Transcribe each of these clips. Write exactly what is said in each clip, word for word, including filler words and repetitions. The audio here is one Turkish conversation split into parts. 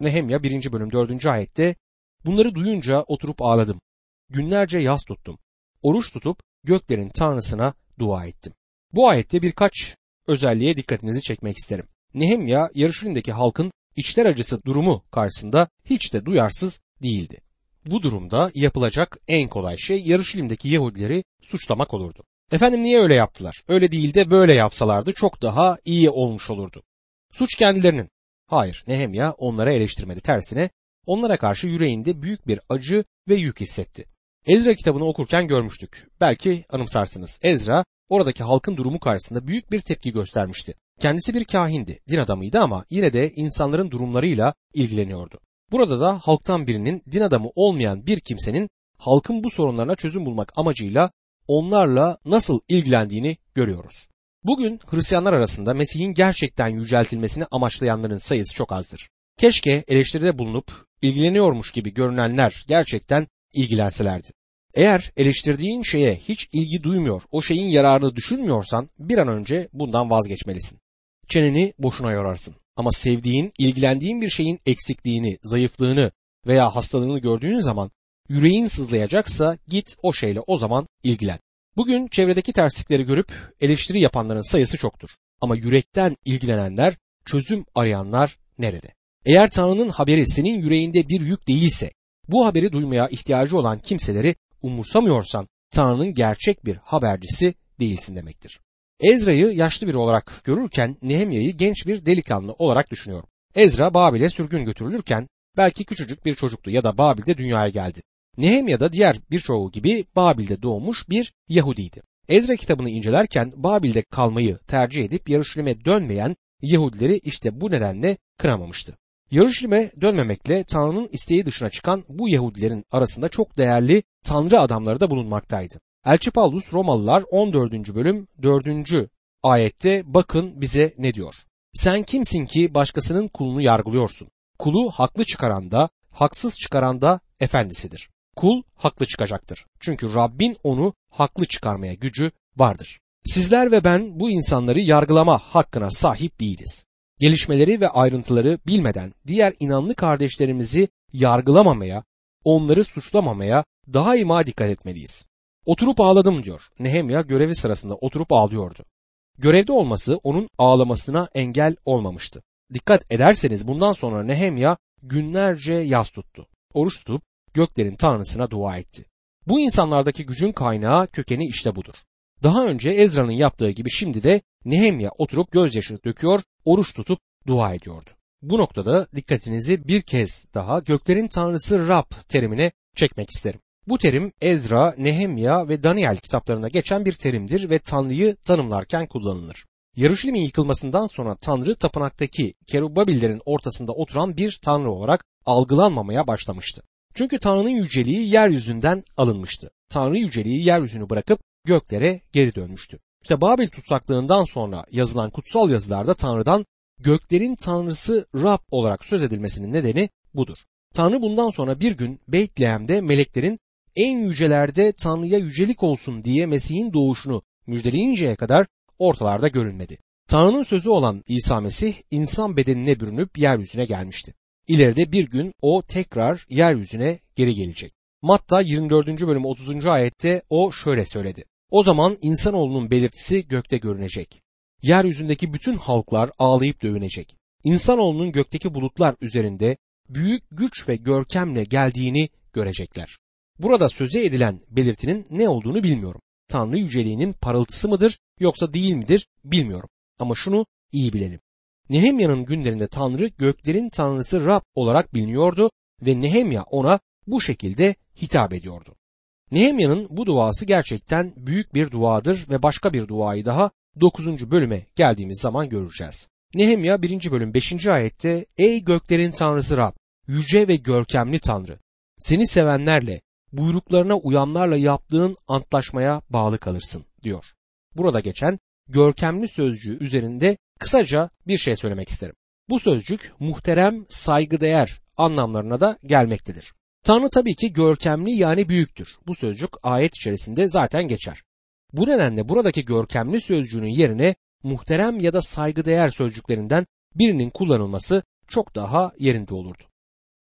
Nehemya birinci bölüm dördüncü ayette bunları duyunca oturup ağladım. Günlerce yas tuttum. Oruç tutup göklerin Tanrısına dua ettim. Bu ayette birkaç özelliğe dikkatinizi çekmek isterim. Nehemya Yarışilim'deki halkın içler acısı durumu karşısında hiç de duyarsız değildi. Bu durumda yapılacak en kolay şey Yarışilim'deki Yahudileri suçlamak olurdu. Efendim niye öyle yaptılar? Öyle değil de böyle yapsalardı çok daha iyi olmuş olurdu. Suç kendilerinin. Hayır, Nehemya onlara eleştirmedi. Tersine onlara karşı yüreğinde büyük bir acı ve yük hissetti. Ezra kitabını okurken görmüştük. Belki anımsarsınız. Ezra oradaki halkın durumu karşısında büyük bir tepki göstermişti. Kendisi bir kahindi, din adamıydı ama yine de insanların durumlarıyla ilgileniyordu. Burada da halktan birinin, din adamı olmayan bir kimsenin halkın bu sorunlarına çözüm bulmak amacıyla onlarla nasıl ilgilendiğini görüyoruz. Bugün Hristiyanlar arasında Mesih'in gerçekten yüceltilmesini amaçlayanların sayısı çok azdır. Keşke eleştiride bulunup ilgileniyormuş gibi görünenler gerçekten ilgilenselerdi. Eğer eleştirdiğin şeye hiç ilgi duymuyor, o şeyin yararını düşünmüyorsan bir an önce bundan vazgeçmelisin. Çeneni boşuna yorarsın. Ama sevdiğin, ilgilendiğin bir şeyin eksikliğini, zayıflığını veya hastalığını gördüğün zaman yüreğin sızlayacaksa git o şeyle o zaman ilgilen. Bugün çevredeki terslikleri görüp eleştiri yapanların sayısı çoktur. Ama yürekten ilgilenenler, çözüm arayanlar nerede? Eğer Tanrı'nın haberi senin yüreğinde bir yük değilse, bu haberi duymaya ihtiyacı olan kimseleri umursamıyorsan Tanrı'nın gerçek bir habercisi değilsin demektir. Ezra'yı yaşlı biri olarak görürken Nehemya'yı genç bir delikanlı olarak düşünüyorum. Ezra Babil'e sürgün götürülürken belki küçücük bir çocuktu ya da Babil'de dünyaya geldi. Nehemya da diğer birçoğu gibi Babil'de doğmuş bir Yahudiydi. Ezra kitabını incelerken Babil'de kalmayı tercih edip Yarışilim'e dönmeyen Yahudileri işte bu nedenle kınamamıştı. Yarışilim'e dönmemekle Tanrı'nın isteği dışına çıkan bu Yahudilerin arasında çok değerli Tanrı adamları da bulunmaktaydı. Elçi Pavlus Romalılar on dördüncü bölüm dördüncü ayette bakın bize ne diyor. Sen kimsin ki başkasının kulunu yargılıyorsun? Kulu haklı çıkaran da haksız çıkaran da efendisidir. Kul haklı çıkacaktır. Çünkü Rabbin onu haklı çıkarmaya gücü vardır. Sizler ve ben bu insanları yargılama hakkına sahip değiliz. Gelişmeleri ve ayrıntıları bilmeden diğer inanlı kardeşlerimizi yargılamamaya, onları suçlamamaya daima dikkat etmeliyiz. Oturup ağladım diyor. Nehemya görevi sırasında oturup ağlıyordu. Görevde olması onun ağlamasına engel olmamıştı. Dikkat ederseniz bundan sonra Nehemya günlerce yas tuttu. Oruç tutup göklerin Tanrısına dua etti. Bu insanlardaki gücün kaynağı, kökeni işte budur. Daha önce Ezra'nın yaptığı gibi şimdi de Nehemya oturup gözyaşı döküyor, oruç tutup dua ediyordu. Bu noktada dikkatinizi bir kez daha göklerin Tanrısı Rab terimine çekmek isterim. Bu terim Ezra, Nehemya ve Daniel kitaplarına geçen bir terimdir ve Tanrı'yı tanımlarken kullanılır. Yarışilim'in yıkılmasından sonra Tanrı tapınaktaki Kerubabillerin ortasında oturan bir Tanrı olarak algılanmamaya başlamıştı. Çünkü Tanrı'nın yüceliği yeryüzünden alınmıştı. Tanrı yüceliği yeryüzünü bırakıp göklere geri dönmüştü. İşte Babil tutsaklığından sonra yazılan kutsal yazılarda Tanrı'dan göklerin Tanrısı Rab olarak söz edilmesinin nedeni budur. Tanrı bundan sonra bir gün Beytlehem'de meleklerin en yücelerde Tanrı'ya yücelik olsun diye Mesih'in doğuşunu müjdeleyinceye kadar ortalarda görünmedi. Tanrı'nın sözü olan İsa Mesih insan bedenine bürünüp yeryüzüne gelmişti. İleride bir gün o tekrar yeryüzüne geri gelecek. Matta yirmi dördüncü bölüm otuzuncu ayette o şöyle söyledi. O zaman insanoğlunun belirtisi gökte görünecek. Yeryüzündeki bütün halklar ağlayıp dövünecek. İnsanoğlunun gökteki bulutlar üzerinde büyük güç ve görkemle geldiğini görecekler. Burada söze edilen belirtinin ne olduğunu bilmiyorum. Tanrı yüceliğinin parıltısı mıdır yoksa değil midir bilmiyorum. Ama şunu iyi bilelim. Nehemya'nın günlerinde Tanrı göklerin Tanrısı Rab olarak biliniyordu ve Nehemya ona bu şekilde hitap ediyordu. Nehemya'nın bu duası gerçekten büyük bir duadır ve başka bir duayı daha dokuzuncu bölüme geldiğimiz zaman göreceğiz. Nehemya birinci bölüm beşinci ayette ey göklerin Tanrısı Rab, yüce ve görkemli Tanrı, seni sevenlerle, buyruklarına uyanlarla yaptığın antlaşmaya bağlı kalırsın diyor. Burada geçen görkemli sözcüğü üzerinde kısaca bir şey söylemek isterim. Bu sözcük muhterem, saygıdeğer anlamlarına da gelmektedir. Tanrı tabii ki görkemli yani büyüktür. Bu sözcük ayet içerisinde zaten geçer. Bu nedenle buradaki görkemli sözcüğünün yerine muhterem ya da saygıdeğer sözcüklerinden birinin kullanılması çok daha yerinde olurdu.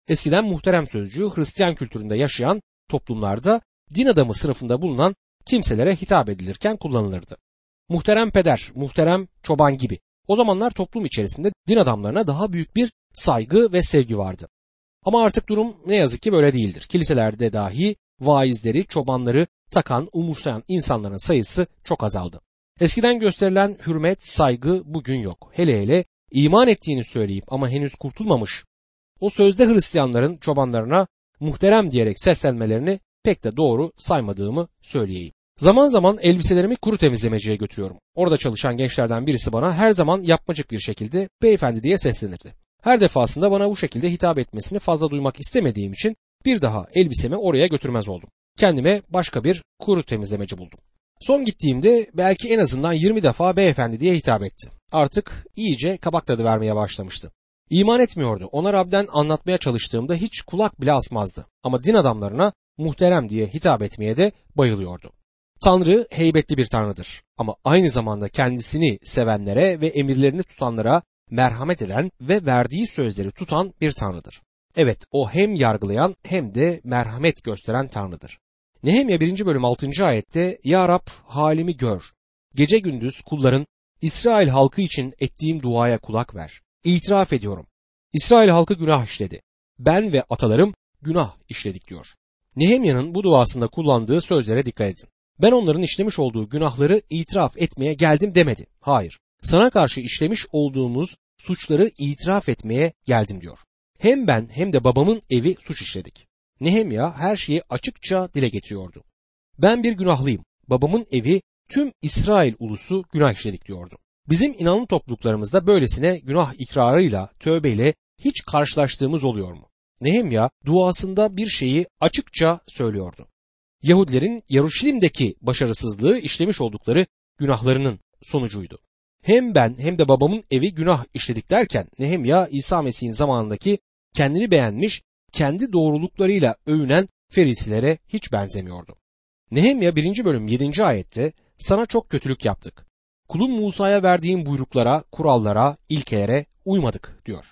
Eskiden muhterem sözcüğü Hristiyan kültüründe yaşayan toplumlarda din adamı sınıfında bulunan kimselere hitap edilirken kullanılırdı. Muhterem peder, muhterem çoban gibi. O zamanlar toplum içerisinde din adamlarına daha büyük bir saygı ve sevgi vardı. Ama artık durum ne yazık ki böyle değildir. Kiliselerde dahi vaizleri, çobanları takan, umursayan insanların sayısı çok azaldı. Eskiden gösterilen hürmet, saygı bugün yok. Hele hele iman ettiğini söyleyip ama henüz kurtulmamış o sözde Hristiyanların çobanlarına muhterem diyerek seslenmelerini pek de doğru saymadığımı söyleyeyim. Zaman zaman elbiselerimi kuru temizlemeciye götürüyorum. Orada çalışan gençlerden birisi bana her zaman yapmacık bir şekilde beyefendi diye seslenirdi. Her defasında bana bu şekilde hitap etmesini fazla duymak istemediğim için bir daha elbisemi oraya götürmez oldum. Kendime başka bir kuru temizlemeci buldum. Son gittiğimde belki en azından yirmi defa beyefendi diye hitap etti. Artık iyice kabak tadı vermeye başlamıştı. İman etmiyordu. Ona Rab'den anlatmaya çalıştığımda hiç kulak bile asmazdı. Ama din adamlarına muhterem diye hitap etmeye de bayılıyordu. Tanrı heybetli bir tanrıdır ama aynı zamanda kendisini sevenlere ve emirlerini tutanlara merhamet eden ve verdiği sözleri tutan bir tanrıdır. Evet, o hem yargılayan hem de merhamet gösteren tanrıdır. Nehemya birinci bölüm altıncı ayette Ya Rab halimi gör. Gece gündüz kulların İsrail halkı için ettiğim duaya kulak ver. İtiraf ediyorum. İsrail halkı günah işledi. Ben ve atalarım günah işledik diyor. Nehemya'nın bu duasında kullandığı sözlere dikkat edin. Ben onların işlemiş olduğu günahları itiraf etmeye geldim demedi. Hayır. Sana karşı işlemiş olduğumuz suçları itiraf etmeye geldim diyor. Hem ben hem de babamın evi suç işledik. Nehemya her şeyi açıkça dile getiriyordu. Ben bir günahlıyım. Babamın evi tüm İsrail ulusu günah işledik diyordu. Bizim inanlı topluluklarımızda böylesine günah ikrarıyla, tövbeyle hiç karşılaştığımız oluyor mu? Nehemya duasında bir şeyi açıkça söylüyordu. Yahudilerin Yeruşalim'deki başarısızlığı işlemiş oldukları günahlarının sonucuydu. Hem ben hem de babamın evi günah işledik derken Nehemya İsa Mesih'in zamanındaki kendini beğenmiş, kendi doğruluklarıyla övünen Ferisilere hiç benzemiyordu. Nehemya birinci bölüm yedinci ayette sana çok kötülük yaptık. Kulun Musa'ya verdiğim buyruklara, kurallara, ilkelere uymadık diyor.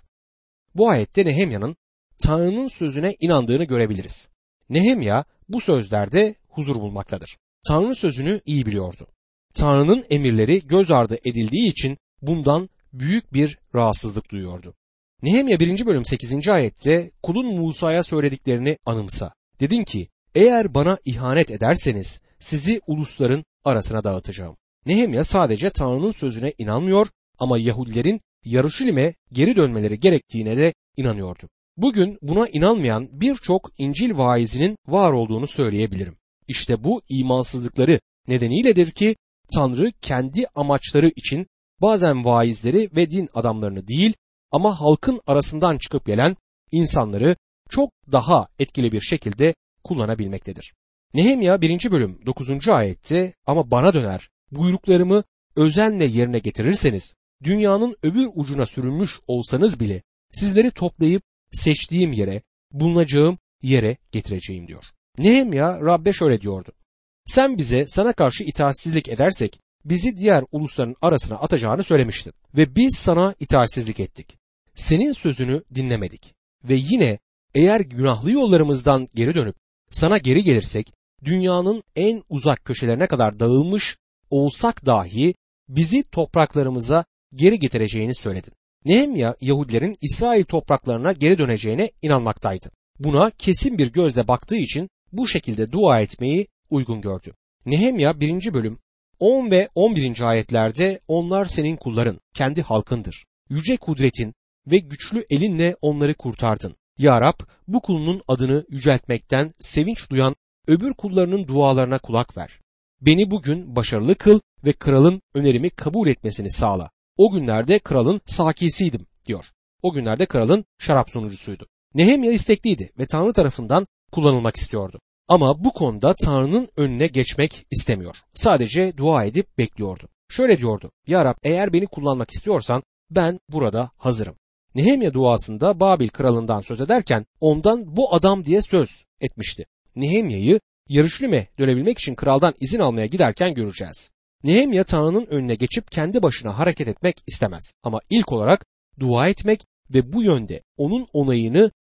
Bu ayette Nehemya'nın Tanrı'nın sözüne inandığını görebiliriz. Nehemya bu sözlerde huzur bulmaktadır. Tanrı sözünü iyi biliyordu. Tanrı'nın emirleri göz ardı edildiği için bundan büyük bir rahatsızlık duyuyordu. Nehemya birinci bölüm sekizinci ayette kulun Musa'ya söylediklerini anımsa. Dedin ki eğer bana ihanet ederseniz sizi ulusların arasına dağıtacağım. Nehemya sadece Tanrı'nın sözüne inanmıyor ama Yahudilerin Yeruşalim'e geri dönmeleri gerektiğine de inanıyordu. Bugün buna inanmayan birçok İncil vaizinin var olduğunu söyleyebilirim. İşte bu imansızlıkları nedeniyledir ki Tanrı kendi amaçları için bazen vaizleri ve din adamlarını değil ama halkın arasından çıkıp gelen insanları çok daha etkili bir şekilde kullanabilmektedir. Nehemya birinci bölüm dokuzuncu ayette ama bana döner buyruklarımı özenle yerine getirirseniz dünyanın öbür ucuna sürünmüş olsanız bile sizleri toplayıp seçtiğim yere, bulunacağım yere getireceğim diyor. Nehemya Rab'be şöyle diyordu. Sen bize sana karşı itaatsizlik edersek bizi diğer ulusların arasına atacağını söylemiştin ve biz sana itaatsizlik ettik. Senin sözünü dinlemedik ve yine eğer günahlı yollarımızdan geri dönüp sana geri gelirsek dünyanın en uzak köşelerine kadar dağılmış olsak dahi bizi topraklarımıza geri getireceğini söyledin. Nehemya Yahudilerin İsrail topraklarına geri döneceğine inanmaktaydı. Buna kesin bir gözle baktığı için bu şekilde dua etmeyi uygun gördü. Nehemya birinci bölüm on ve on birinci ayetlerde onlar senin kulların, kendi halkındır. Yüce kudretin ve güçlü elinle onları kurtardın. Ya Rab bu kulunun adını yüceltmekten sevinç duyan öbür kullarının dualarına kulak ver. Beni bugün başarılı kıl ve kralın önerimi kabul etmesini sağla. O günlerde kralın sakisiydim diyor. O günlerde kralın şarap sunucusuydu. Nehemya istekliydi ve Tanrı tarafından kullanılmak istiyordu. Ama bu konuda Tanrı'nın önüne geçmek istemiyor. Sadece dua edip bekliyordu. Şöyle diyordu. Ya Rab eğer beni kullanmak istiyorsan ben burada hazırım. Nehemya duasında Babil kralından söz ederken ondan bu adam diye söz etmişti. Nehemya'yı Yeruşalim'e dönebilmek için kraldan izin almaya giderken göreceğiz. Nehemya Tanrı'nın önüne geçip kendi başına hareket etmek istemez. Ama ilk olarak dua etmek ve bu yönde onun onayını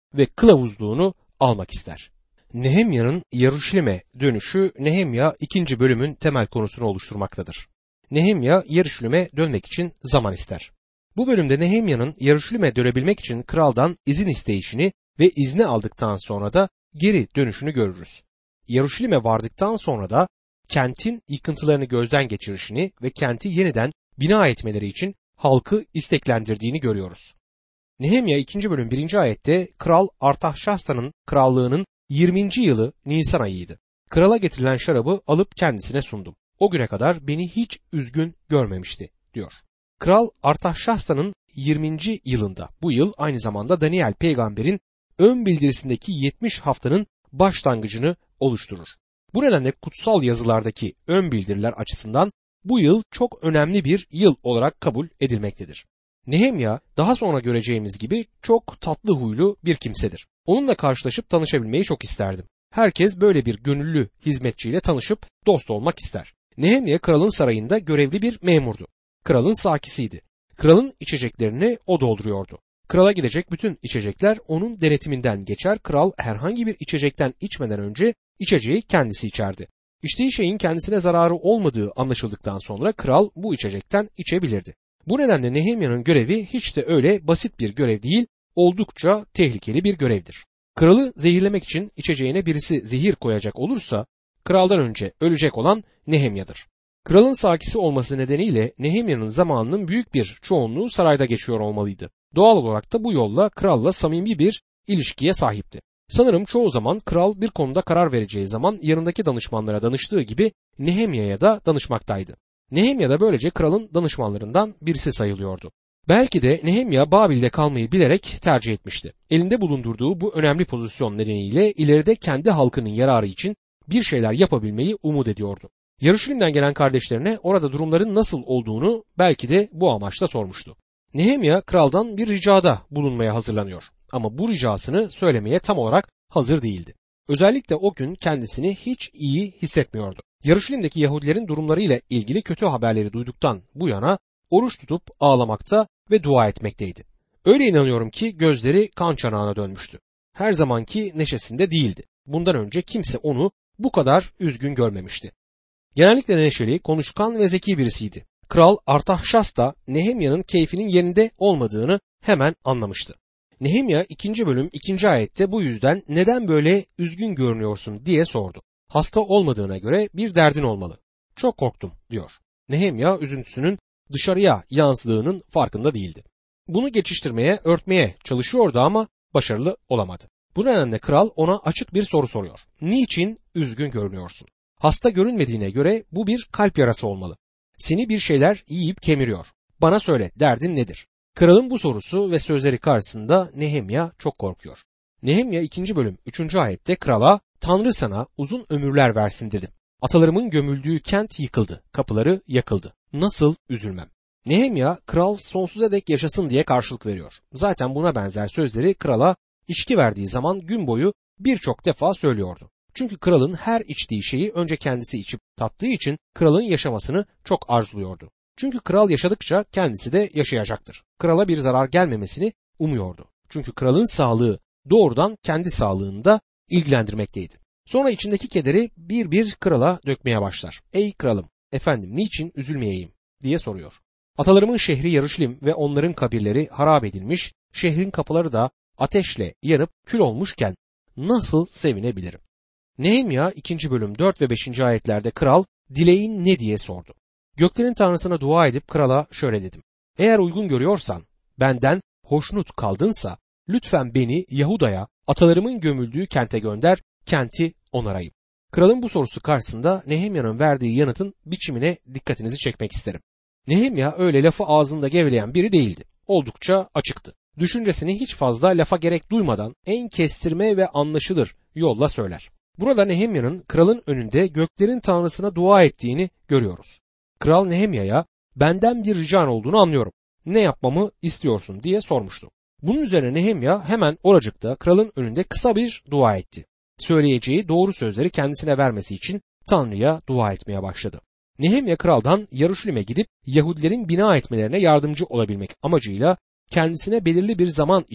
ve kılavuzluğunu almak ister. Nehemya'nın Yaruşilim'e dönüşü Nehemya ikinci bölümün temel konusunu oluşturmaktadır. Nehemya Yaruşilim'e dönmek için zaman ister. Bu bölümde Nehemya'nın Yaruşilim'e dönebilmek için kraldan izin isteyişini ve izni aldıktan sonra da geri dönüşünü görürüz. Yaruşilim'e vardıktan sonra da kentin yıkıntılarını gözden geçirişini ve kenti yeniden bina etmeleri için halkı isteklendirdiğini görüyoruz. Nehemya ikinci bölüm birinci ayette Kral Artahşasta'nın krallığının yirminci yılı Nisan ayıydı. Krala getirilen şarabı alıp kendisine sundum. O güne kadar beni hiç üzgün görmemişti diyor. Kral Artahşasta'nın yirminci yılında, bu yıl aynı zamanda Daniel peygamberin ön bildirisindeki yetmiş haftanın başlangıcını oluşturur. Bu nedenle kutsal yazılardaki ön bildiriler açısından bu yıl çok önemli bir yıl olarak kabul edilmektedir. Nehemya daha sonra göreceğimiz gibi çok tatlı huylu bir kimsedir. Onunla karşılaşıp tanışabilmeyi çok isterdim. Herkes böyle bir gönüllü hizmetçiyle tanışıp dost olmak ister. Nehemya kralın sarayında görevli bir memurdu. Kralın sakisiydi. Kralın içeceklerini o dolduruyordu. Krala gidecek bütün içecekler onun denetiminden geçer. Kral herhangi bir içecekten içmeden önce içeceği kendisi içerdi. İçtiği şeyin kendisine zararı olmadığı anlaşıldıktan sonra kral bu içecekten içebilirdi. Bu nedenle Nehemya'nın görevi hiç de öyle basit bir görev değil, oldukça tehlikeli bir görevdir. Kralı zehirlemek için içeceğine birisi zehir koyacak olursa, kraldan önce ölecek olan Nehemya'dır. Kralın sakisi olması nedeniyle Nehemya'nın zamanının büyük bir çoğunluğu sarayda geçiyor olmalıydı. Doğal olarak da bu yolla kralla samimi bir ilişkiye sahipti. Sanırım çoğu zaman kral bir konuda karar vereceği zaman yanındaki danışmanlara danıştığı gibi Nehemya'ya da danışmaktaydı. Nehemya da böylece kralın danışmanlarından birisi sayılıyordu. Belki de Nehemya Babil'de kalmayı bilerek tercih etmişti. Elinde bulundurduğu bu önemli pozisyon nedeniyle ileride kendi halkının yararı için bir şeyler yapabilmeyi umut ediyordu. Yaruşilim'den gelen kardeşlerine orada durumların nasıl olduğunu belki de bu amaçla sormuştu. Nehemya kraldan bir ricada bulunmaya hazırlanıyor ama bu ricasını söylemeye tam olarak hazır değildi. Özellikle o gün kendisini hiç iyi hissetmiyordu. Yaruşilim'deki Yahudilerin durumlarıyla ilgili kötü haberleri duyduktan bu yana oruç tutup ağlamakta ve dua etmekteydi. Öyle inanıyorum ki gözleri kan çanağına dönmüştü. Her zamanki neşesinde değildi. Bundan önce kimse onu bu kadar üzgün görmemişti. Genellikle neşeli, konuşkan ve zeki birisiydi. Kral Artahşasta Nehemya'nın keyfinin yerinde olmadığını hemen anlamıştı. Nehemya ikinci bölüm ikinci ayette bu yüzden neden böyle üzgün görünüyorsun diye sordu. Hasta olmadığına göre bir derdin olmalı. Çok korktum diyor. Nehemya üzüntüsünün dışarıya yansıdığının farkında değildi. Bunu geçiştirmeye, örtmeye çalışıyordu ama başarılı olamadı. Bu nedenle kral ona açık bir soru soruyor. Niçin üzgün görünüyorsun? Hasta görünmediğine göre bu bir kalp yarası olmalı. Seni bir şeyler yiyip kemiriyor. Bana söyle, derdin nedir? Kralın bu sorusu ve sözleri karşısında Nehemya çok korkuyor. Nehemya ikinci bölüm üçüncü ayette krala Tanrı sana uzun ömürler versin dedim. Atalarımın gömüldüğü kent yıkıldı, kapıları yakıldı. Nasıl üzülmem? Nehemya kral sonsuza dek yaşasın diye karşılık veriyor. Zaten buna benzer sözleri krala içki verdiği zaman gün boyu birçok defa söylüyordu. Çünkü kralın her içtiği şeyi önce kendisi içip tattığı için kralın yaşamasını çok arzuluyordu. Çünkü kral yaşadıkça kendisi de yaşayacaktır. Krala bir zarar gelmemesini umuyordu. Çünkü kralın sağlığı doğrudan kendi sağlığında ilgilendirmekteydi. Sonra içindeki kederi bir bir krala dökmeye başlar. Ey kralım, efendim niçin üzülmeyeyim diye soruyor. Atalarımın şehri Yaruşilim ve onların kabirleri harap edilmiş, şehrin kapıları da ateşle yanıp kül olmuşken nasıl sevinebilirim? Nehemya ikinci bölüm dört ve beşinci ayetlerde kral dileğin ne diye sordu. Göklerin tanrısına dua edip krala şöyle dedim. Eğer uygun görüyorsan, benden hoşnut kaldınsa lütfen beni Yahuda'ya, atalarımın gömüldüğü kente gönder, kenti onarayım. Kralın bu sorusu karşısında Nehemya'nın verdiği yanıtın biçimine dikkatinizi çekmek isterim. Nehemya öyle lafı ağzında geveleyen biri değildi. Oldukça açıktı. Düşüncesini hiç fazla lafa gerek duymadan en kestirme ve anlaşılır yolla söyler. Burada Nehemya'nın kralın önünde göklerin tanrısına dua ettiğini görüyoruz. Kral Nehemya'ya benden bir rican olduğunu anlıyorum. Ne yapmamı istiyorsun diye sormuştu. Bunun üzerine Nehemya hemen oracıkta kralın önünde kısa bir dua etti. Söyleyeceği doğru sözleri kendisine vermesi için Tanrı'ya dua etmeye başladı. Nehemya kraldan Yaruşilim'e gidip Yahudilerin bina etmelerine yardımcı olabilmek amacıyla kendisine belirli bir zaman için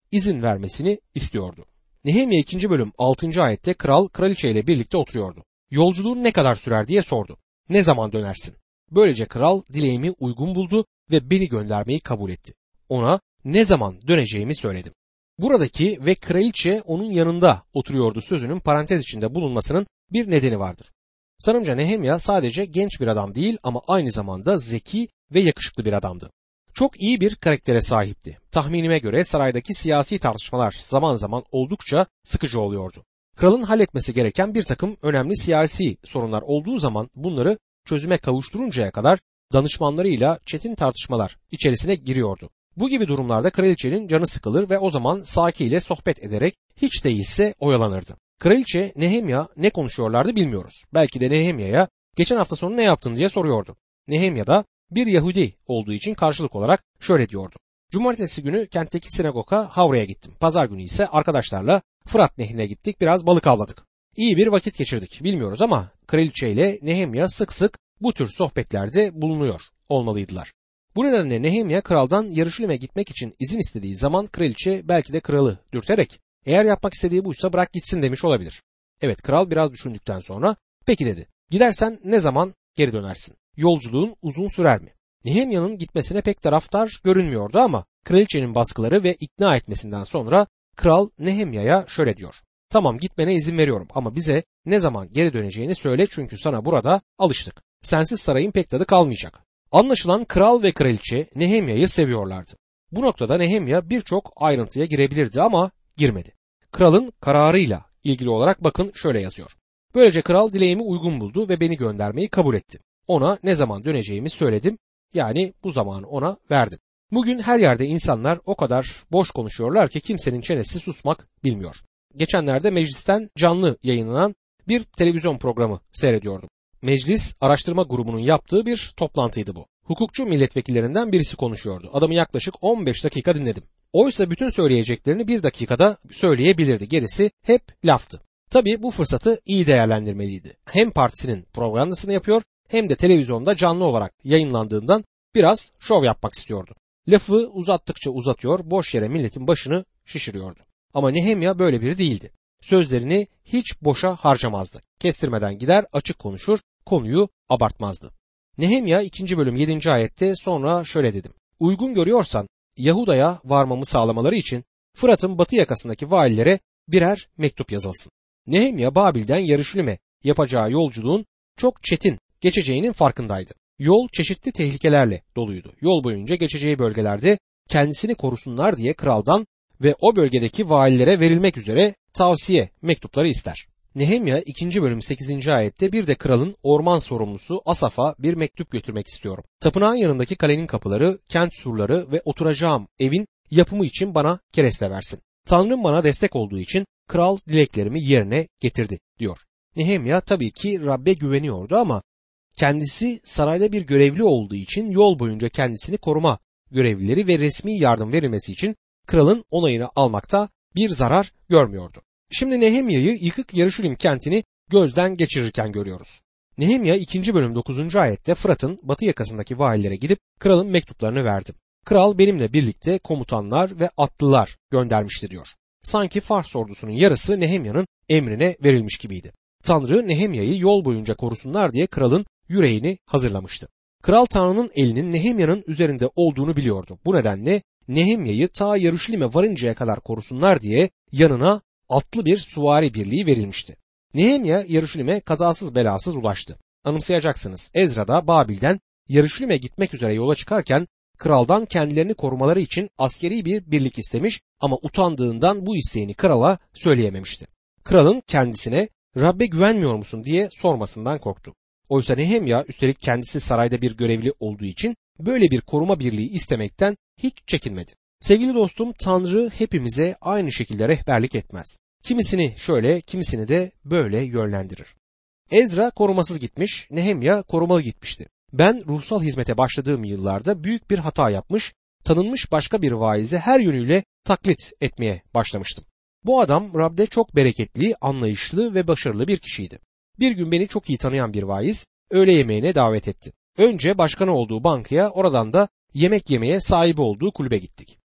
izin vermesini istiyordu. Nehemya ikinci bölüm altıncı ayette kral kraliçe ile birlikte oturuyordu. Yolculuğun ne kadar sürer diye sordu. Ne zaman dönersin? Böylece kral dileğimi uygun buldu ve beni göndermeyi kabul etti. Ona ne zaman döneceğimi söyledim. Buradaki ve kraliçe onun yanında oturuyordu sözünün parantez içinde bulunmasının bir nedeni vardır. Sanımca Nehemya sadece genç bir adam değil ama aynı zamanda zeki ve yakışıklı bir adamdı. Çok iyi bir karaktere sahipti. Tahminime göre saraydaki siyasi tartışmalar zaman zaman oldukça sıkıcı oluyordu. Kralın halletmesi gereken bir takım önemli siyasi sorunlar olduğu zaman bunları çözüme kavuşturuncaya kadar danışmanlarıyla çetin tartışmalar içerisine giriyordu. Bu gibi durumlarda kraliçenin canı sıkılır ve o zaman Saki ile sohbet ederek hiç değilse oyalanırdı. Kraliçe Nehemya ne konuşuyorlardı bilmiyoruz. Belki de Nehemya'ya geçen hafta sonu ne yaptın diye soruyordu. Nehemya da bir Yahudi olduğu için karşılık olarak şöyle diyordu. Cumartesi günü kentteki sinagoga Havra'ya gittim. Pazar günü ise arkadaşlarla Fırat Nehri'ne gittik, biraz balık avladık. İyi bir vakit geçirdik bilmiyoruz ama kraliçe ile Nehemya sık sık bu tür sohbetlerde bulunuyor olmalıydılar. Bu nedenle Nehemya kraldan Yarışilim'e gitmek için izin istediği zaman kraliçe belki de kralı dürterek eğer yapmak istediği buysa bırak gitsin demiş olabilir. Evet, kral biraz düşündükten sonra peki dedi. Gidersen ne zaman geri dönersin? Yolculuğun uzun sürer mi? Nehemya'nın gitmesine pek taraftar görünmüyordu ama kraliçenin baskıları ve ikna etmesinden sonra kral Nehemya'ya şöyle diyor. Tamam, gitmene izin veriyorum ama bize ne zaman geri döneceğini söyle çünkü sana burada alıştık. Sensiz sarayın pek tadı kalmayacak. Anlaşılan kral ve kraliçe Nehemya'yı seviyorlardı. Bu noktada Nehemya birçok ayrıntıya girebilirdi ama girmedi. Kralın kararıyla ilgili olarak bakın şöyle yazıyor. Böylece kral dileğimi uygun buldu ve beni göndermeyi kabul etti. Ona ne zaman döneceğimi söyledim, yani bu zamanı ona verdim. Bugün her yerde insanlar o kadar boş konuşuyorlar ki kimsenin çenesi susmak bilmiyor. Geçenlerde meclisten canlı yayınlanan bir televizyon programı seyrediyordum. Meclis araştırma grubunun yaptığı bir toplantıydı bu. Hukukçu milletvekillerinden birisi konuşuyordu. Adamı yaklaşık on beş dakika dinledim. Oysa bütün söyleyeceklerini bir dakikada söyleyebilirdi. Gerisi hep laftı. Tabii bu fırsatı iyi değerlendirmeliydi. Hem partisinin propagandasını yapıyor hem de televizyonda canlı olarak yayınlandığından biraz şov yapmak istiyordu. Lafı uzattıkça uzatıyor, boş yere milletin başını şişiriyordu. Ama Nehemya böyle biri değildi. Sözlerini hiç boşa harcamazdı. Kestirmeden gider, açık konuşur, konuyu abartmazdı. Nehemya ikinci bölüm yedinci ayette sonra şöyle dedim. Uygun görüyorsan Yahuda'ya varmamı sağlamaları için Fırat'ın batı yakasındaki valilere birer mektup yazılsın. Nehemya Babil'den Yarışilim'e yapacağı yolculuğun çok çetin geçeceğinin farkındaydı. Yol çeşitli tehlikelerle doluydu. Yol boyunca geçeceği bölgelerde kendisini korusunlar diye kraldan ve o bölgedeki valilere verilmek üzere tavsiye mektupları ister. Nehemya ikinci bölüm sekizinci ayette bir de kralın orman sorumlusu Asaf'a bir mektup götürmek istiyorum. Tapınağın yanındaki kalenin kapıları, kent surları ve oturacağım evin yapımı için bana kereste versin. Tanrım bana destek olduğu için kral dileklerimi yerine getirdi diyor. Nehemya tabii ki Rab'be güveniyordu ama kendisi sarayda bir görevli olduğu için yol boyunca kendisini koruma görevlileri ve resmi yardım verilmesi için kralın onayını almakta bir zarar görmüyordu. Şimdi Nehemya'yı yıkık Yarışilim kentini gözden geçirirken görüyoruz. Nehemya ikinci bölüm dokuzuncu ayette Fırat'ın batı yakasındaki valilere gidip kralın mektuplarını verdim. Kral benimle birlikte komutanlar ve atlılar göndermişti diyor. Sanki Fars ordusunun yarısı Nehemya'nın emrine verilmiş gibiydi. Tanrı Nehemya'yı yol boyunca korusunlar diye kralın yüreğini hazırlamıştı. Kral Tanrı'nın elinin Nehemya'nın üzerinde olduğunu biliyordu. Bu nedenle Nehemya'yı ta Yarışilim'e varıncaya kadar korusunlar diye yanına atlı bir süvari birliği verilmişti. Nehemya Yarışilim'e kazasız belasız ulaştı. Anımsayacaksınız, Ezra da Babil'den Yarışilim'e gitmek üzere yola çıkarken kraldan kendilerini korumaları için askeri bir birlik istemiş ama utandığından bu isteğini krala söyleyememişti. Kralın kendisine Rab'be güvenmiyor musun diye sormasından korktu. Oysa Nehemya üstelik kendisi sarayda bir görevli olduğu için böyle bir koruma birliği istemekten hiç çekinmedi. Sevgili dostum, Tanrı hepimize aynı şekilde rehberlik etmez. Kimisini şöyle, kimisini de böyle yönlendirir. Ezra korumasız gitmiş, Nehemya korumalı gitmişti. Ben ruhsal hizmete başladığım yıllarda büyük bir hata yapmış, tanınmış başka bir vaizi her yönüyle taklit etmeye başlamıştım. Bu adam Rab'de çok bereketli, anlayışlı ve başarılı bir kişiydi. Bir gün beni çok iyi tanıyan bir vaiz öğle yemeğine davet etti. Önce başkanı olduğu bankaya, oradan da yemek yemeye sahibi olduğu kulübe gittik.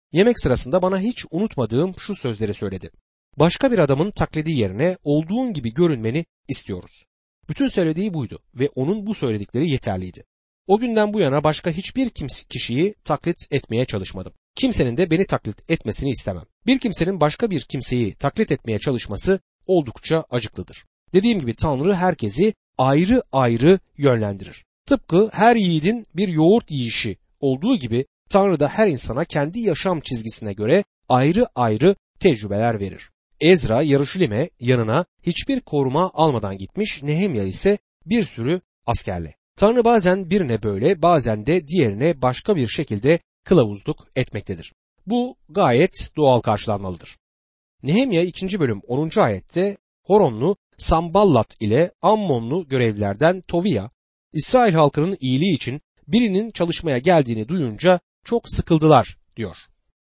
Yemek sırasında bana hiç unutmadığım şu sözleri söyledi. Başka bir adamın taklidi yerine olduğun gibi görünmeni istiyoruz. Bütün söylediği buydu ve onun bu söyledikleri yeterliydi. O günden bu yana başka hiçbir kimse, kişiyi taklit etmeye çalışmadım. Kimsenin de beni taklit etmesini istemem. Bir kimsenin başka bir kimseyi taklit etmeye çalışması oldukça acıklıdır. Dediğim gibi Tanrı herkesi ayrı ayrı yönlendirir. Tıpkı her yiğidin bir yoğurt yiyişi olduğu gibi Tanrı da her insana kendi yaşam çizgisine göre ayrı ayrı tecrübeler verir. Ezra Yaruşilim'e yanına hiçbir koruma almadan gitmiş, Nehemya ise bir sürü askerle. Tanrı bazen birine böyle, bazen de diğerine başka bir şekilde kılavuzluk etmektedir. Bu gayet doğal karşılanmalıdır. Nehemya ikinci bölüm onuncu ayette Horonlu Samballat ile Ammonlu görevlilerden Toviya, İsrail halkının iyiliği için birinin çalışmaya geldiğini duyunca çok sıkıldılar diyor.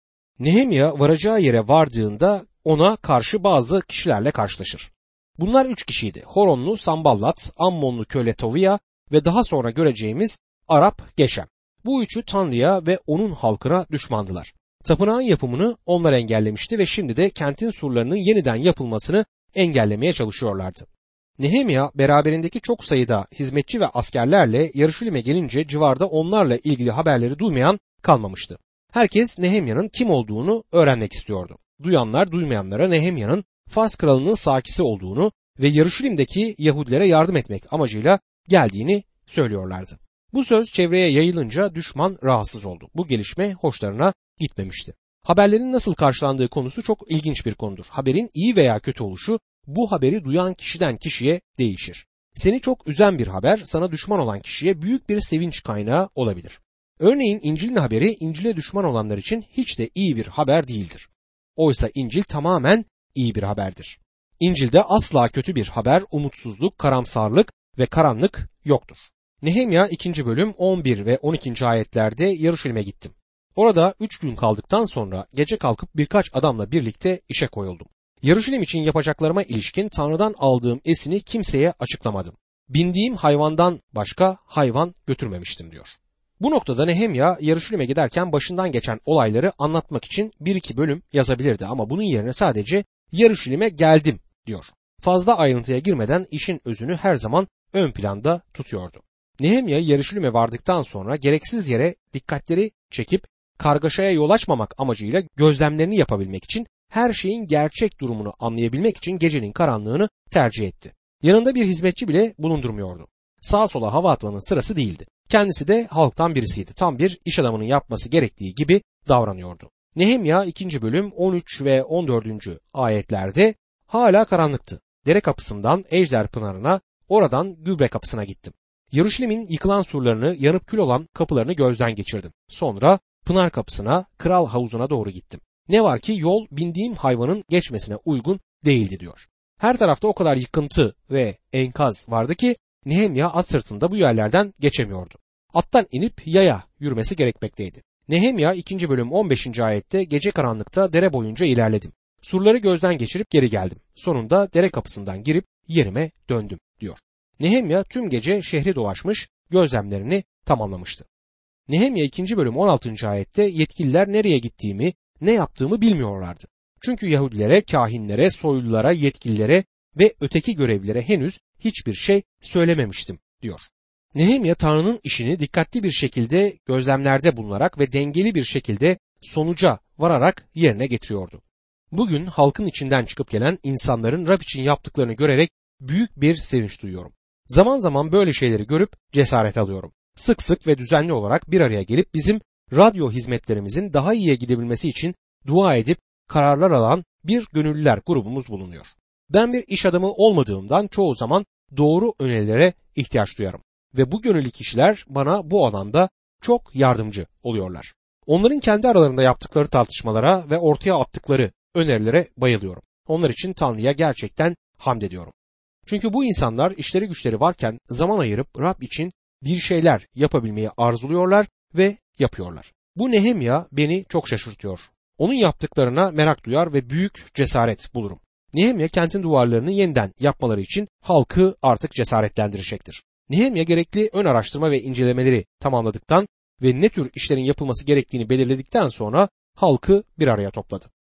Nehemya varacağı yere vardığında ona karşı bazı kişilerle karşılaşır. Bunlar üç kişiydi. Horonlu Samballat, Ammonlu köle Toviya ve daha sonra göreceğimiz Arap Geçem. Bu üçü Tanrı'ya ve onun halkına düşmandılar. Tapınağın yapımını onlar engellemişti ve şimdi de kentin surlarının yeniden yapılmasını engellemeye çalışıyorlardı. Nehemya beraberindeki çok sayıda hizmetçi ve askerlerle Yaruşilim'e gelince civarda onlarla ilgili haberleri duymayan kalmamıştı. Herkes Nehemya'nın kim olduğunu öğrenmek istiyordu. Duyanlar duymayanlara Nehemya'nın Fars kralının sakisi olduğunu ve Yaruşilim'deki Yahudilere yardım etmek amacıyla geldiğini söylüyorlardı. Bu söz çevreye yayılınca düşman rahatsız oldu. Bu gelişme hoşlarına gitmemişti. Haberlerin nasıl karşılandığı konusu çok ilginç bir konudur. Haberin iyi veya kötü oluşu bu haberi duyan kişiden kişiye değişir. Seni çok üzen bir haber sana düşman olan kişiye büyük bir sevinç kaynağı olabilir. Örneğin İncil'in haberi İncil'e düşman olanlar için hiç de iyi bir haber değildir. Oysa İncil tamamen iyi bir haberdir. İncil'de asla kötü bir haber, umutsuzluk, karamsarlık ve karanlık yoktur. Nehemya ikinci bölüm on bir ve on ikinci ayetlerde Yaruşilim'e gittim. Orada üç gün kaldıktan sonra gece kalkıp birkaç adamla birlikte işe koyuldum. Yaruşilim için yapacaklarıma ilişkin Tanrı'dan aldığım esini kimseye açıklamadım. Bindiğim hayvandan başka hayvan götürmemiştim diyor. Bu noktada Nehemya Yaruşilim'e giderken başından geçen olayları anlatmak için bir iki bölüm yazabilirdi ama bunun yerine sadece Yaruşilim'e geldim diyor. Fazla ayrıntıya girmeden işin özünü her zaman ön planda tutuyordu. Nehemya Yaruşilim'e vardıktan sonra gereksiz yere dikkatleri çekip kargaşaya yol açmamak amacıyla gözlemlerini yapabilmek için her şeyin gerçek durumunu anlayabilmek için gecenin karanlığını tercih etti. Yanında bir hizmetçi bile bulundurmuyordu. Sağa sola hava atmanın sırası değildi. Kendisi de halktan birisiydi. Tam bir iş adamının yapması gerektiği gibi davranıyordu. Nehemya ikinci bölüm on üç ve on dördüncü ayetlerde hala karanlıktı. Dere kapısından Ejder Pınarı'na, oradan Gübre kapısına gittim. Yaruşilim'in yıkılan surlarını, yanıp kül olan kapılarını gözden geçirdim. Sonra Pınar kapısına, kral havuzuna doğru gittim. Ne var ki yol bindiğim hayvanın geçmesine uygun değildi diyor. Her tarafta o kadar yıkıntı ve enkaz vardı ki Nehemya at sırtında bu yerlerden geçemiyordu. Attan inip yaya yürümesi gerekmekteydi. Nehemya ikinci bölüm on beşinci ayette gece karanlıkta dere boyunca ilerledim. Surları gözden geçirip geri geldim. Sonunda dere kapısından girip yerime döndüm diyor. Nehemya tüm gece şehri dolaşmış, gözlemlerini tamamlamıştı. Nehemya ikinci bölüm on altıncı ayette yetkililer nereye gittiğimi, ne yaptığımı bilmiyorlardı. Çünkü Yahudilere, kahinlere, soylulara, yetkililere ve öteki görevlilere henüz hiçbir şey söylememiştim diyor. Nehemya Tanrı'nın işini dikkatli bir şekilde gözlemlerde bulunarak ve dengeli bir şekilde sonuca vararak yerine getiriyordu. Bugün halkın içinden çıkıp gelen insanların Rab için yaptıklarını görerek büyük bir sevinç duyuyorum. Zaman zaman böyle şeyleri görüp cesaret alıyorum. Sık sık ve düzenli olarak bir araya gelip bizim radyo hizmetlerimizin daha iyiye gidebilmesi için dua edip kararlar alan bir gönüllüler grubumuz bulunuyor. Ben bir iş adamı olmadığımdan çoğu zaman doğru önerilere ihtiyaç duyarım ve bu gönüllü kişiler bana bu alanda çok yardımcı oluyorlar. Onların kendi aralarında yaptıkları tartışmalara ve ortaya attıkları önerilere bayılıyorum. Onlar için Tanrı'ya gerçekten hamd ediyorum. Çünkü bu insanlar işleri güçleri varken zaman ayırıp Rab için bir şeyler yapabilmeyi arzuluyorlar ve yapıyorlar. Bu Nehemya beni çok şaşırtıyor. Onun yaptıklarına merak duyar ve büyük cesaret bulurum. Nehemya kentin duvarlarını yeniden yapmaları için halkı artık cesaretlendirecektir. Nehemya gerekli ön araştırma ve incelemeleri tamamladıktan ve ne tür işlerin yapılması gerektiğini belirledikten sonra halkı bir araya topladı.